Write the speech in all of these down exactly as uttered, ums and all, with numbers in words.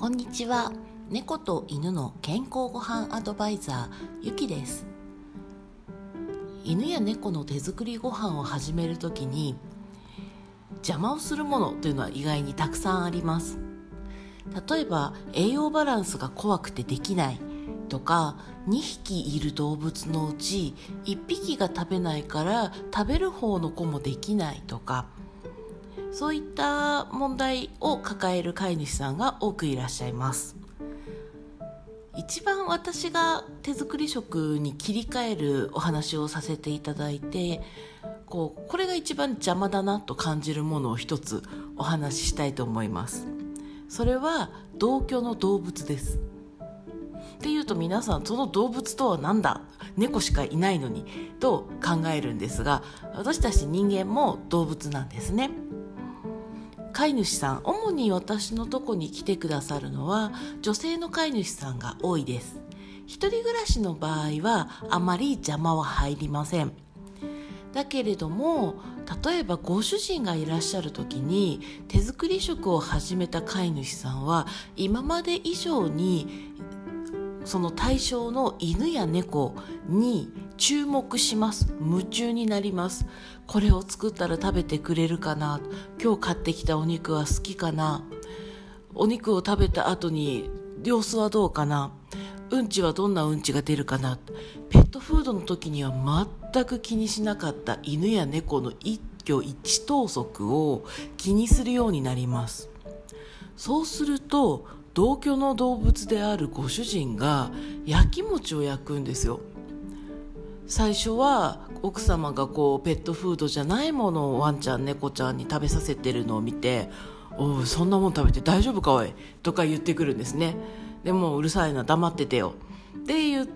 こんにちは。猫と犬の健康ごはんアドバイザーゆきです。犬や猫の手作りご飯を始めるときに邪魔をするものというのは意外にたくさんあります。例えば栄養バランスが怖くてできないとか、にひきいる動物のうちいっぴきが食べないから食べる方の子もできないとか、そういった問題を抱える飼い主さんが多くいらっしゃいます。一番私が手作り食に切り替えるお話をさせていただいて、こうこれが一番邪魔だなと感じるものを一つお話ししたいと思います。それは同居の動物です。っていうと皆さん、その動物とは何だ、猫しかいないのにと考えるんですが、私たち人間も動物なんですね。飼い主さん、主に私のとこに来てくださるのは女性の飼い主さんが多いです。一人暮らしの場合はあまり邪魔は入りません。だけれども、例えばご主人がいらっしゃる時に手作り食を始めた飼い主さんは今まで以上にその対象の犬や猫に注目します。夢中になります。これを作ったら食べてくれるかな、今日買ってきたお肉は好きかな、お肉を食べた後に様子はどうかな、うんちはどんなうんちが出るかな。ペットフードの時には全く気にしなかった犬や猫の一挙一投足を気にするようになります。そうすると同居の動物であるご主人が焼き餅を焼くんですよ。最初は奥様がこうペットフードじゃないものをワンちゃん猫ちゃんに食べさせてるのを見て、おうそんなもん食べて大丈夫かおいとか言ってくるんですね。でもうるさいな、黙っててよって言って、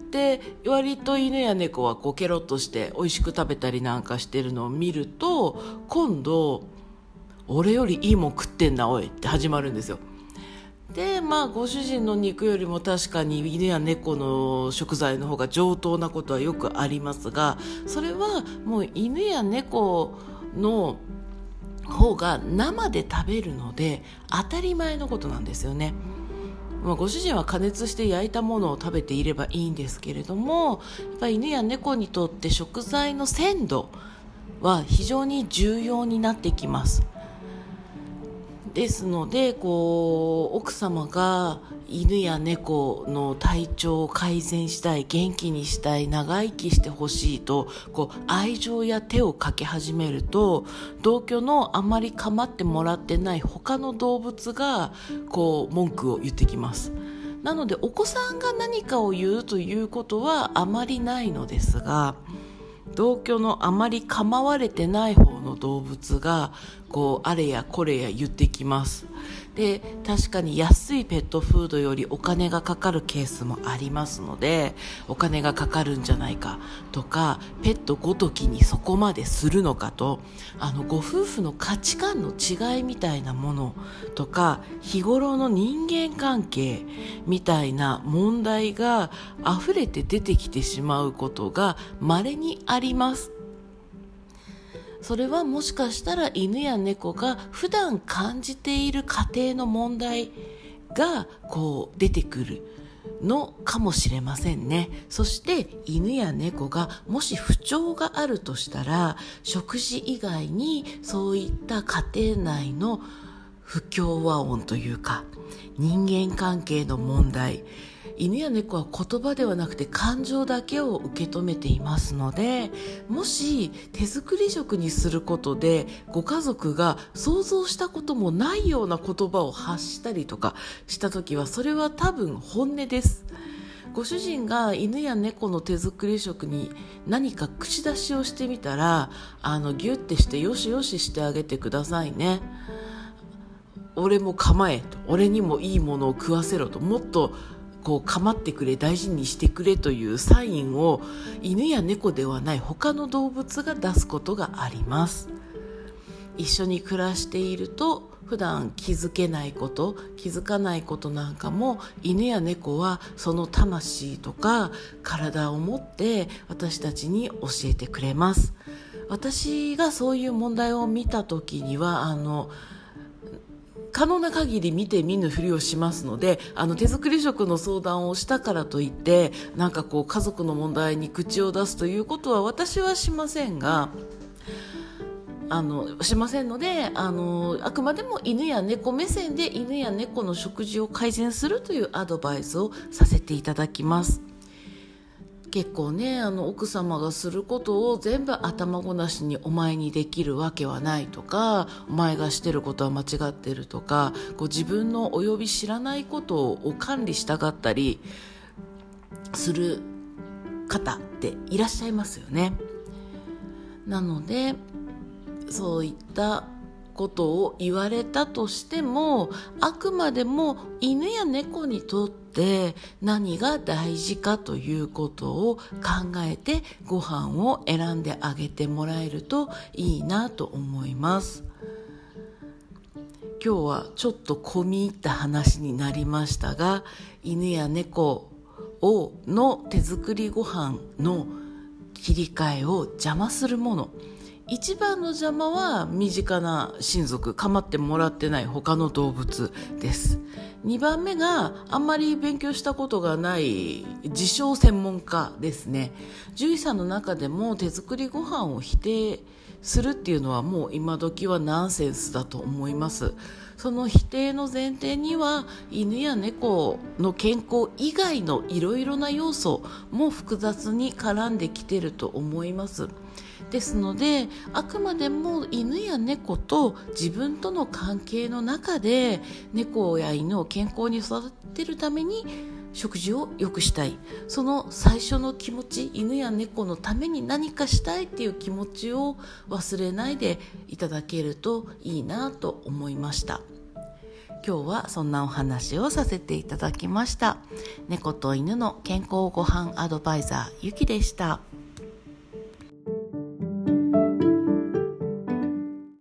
割と犬や猫はこうケロッとして美味しく食べたりなんかしてるのを見ると、今度俺よりいいもん食ってんなおいって始まるんですよ。で、まあご主人の肉よりも確かに犬や猫の食材の方が上等なことはよくありますが、それはもう犬や猫の方が生で食べるので当たり前のことなんですよね。まあ、ご主人は加熱して焼いたものを食べていればいいんですけれども、やっぱり犬や猫にとって食材の鮮度は非常に重要になってきます。ですので、こう奥様が犬や猫の体調を改善したい、元気にしたい、長生きしてほしいとこう愛情や手をかけ始めると、同居のあまり構ってもらってない他の動物がこう文句を言ってきます。なのでお子さんが何かを言うということはあまりないのですが、同居のあまり構われてない方の動物がこうあれやこれや言ってきます。で、確かに安いペットフードよりお金がかかるケースもありますので、お金がかかるんじゃないかとか、ペットごときにそこまでするのかと、あのご夫婦の価値観の違いみたいなものとか、日頃の人間関係みたいな問題が溢れて出てきてしまうことが稀にあります。それはもしかしたら犬や猫が普段感じている家庭の問題がこう出てくるのかもしれませんね。そして犬や猫がもし不調があるとしたら、食事以外にそういった家庭内の不協和音というか人間関係の問題、犬や猫は言葉ではなくて感情だけを受け止めていますので、もし手作り食にすることでご家族が想像したこともないような言葉を発したりとかしたときは、それは多分本音です。ご主人が犬や猫の手作り食に何か口出しをしてみたら、あのギュッてしてよしよししてあげてくださいね。俺も構えと、俺にもいいものを食わせろと、もっとこう構ってくれ、大事にしてくれというサインを犬や猫ではない他の動物が出すことがあります。一緒に暮らしていると普段気づけないこと、気づかないことなんかも犬や猫はその魂とか体を持って私たちに教えてくれます。私がそういう問題を見た時には、あの可能な限り見て見ぬふりをしますので、あの手作り食の相談をしたからといってなんかこう家族の問題に口を出すということは私はしませんがあのしませんのであのあくまでも犬や猫目線で犬や猫の食事を改善するというアドバイスをさせていただきます。結構ねあの奥様がすることを全部頭ごなしにお前にできるわけはないとか、お前がしてることは間違ってるとか、こう自分の及び知らないことを管理したがったりする方っていらっしゃいますよね。なのでそういったことを言われたとしても、あくまでも犬や猫にとって何が大事かということを考えてご飯を選んであげてもらえるといいなと思います。今日はちょっと込み入った話になりましたが、犬や猫をの手作りご飯の切り替えを邪魔するもの、一番の邪魔は身近な親族、構ってもらってない他の動物です。にばんめがあんまり勉強したことがない自称専門家ですね。獣医さんの中でも手作りご飯を否定するっていうのはもう今時はナンセンスだと思います。その否定の前提には犬や猫の健康以外のいろいろな要素も複雑に絡んできていると思います。ですのであくまでも犬や猫と自分との関係の中で猫や犬を健康に育てるために食事を良くしたい、その最初の気持ち、犬や猫のために何かしたいっていう気持ちを忘れないでいただけるといいなと思いました。今日はそんなお話をさせていただきました。猫と犬の健康ごはんアドバイザーゆきでした。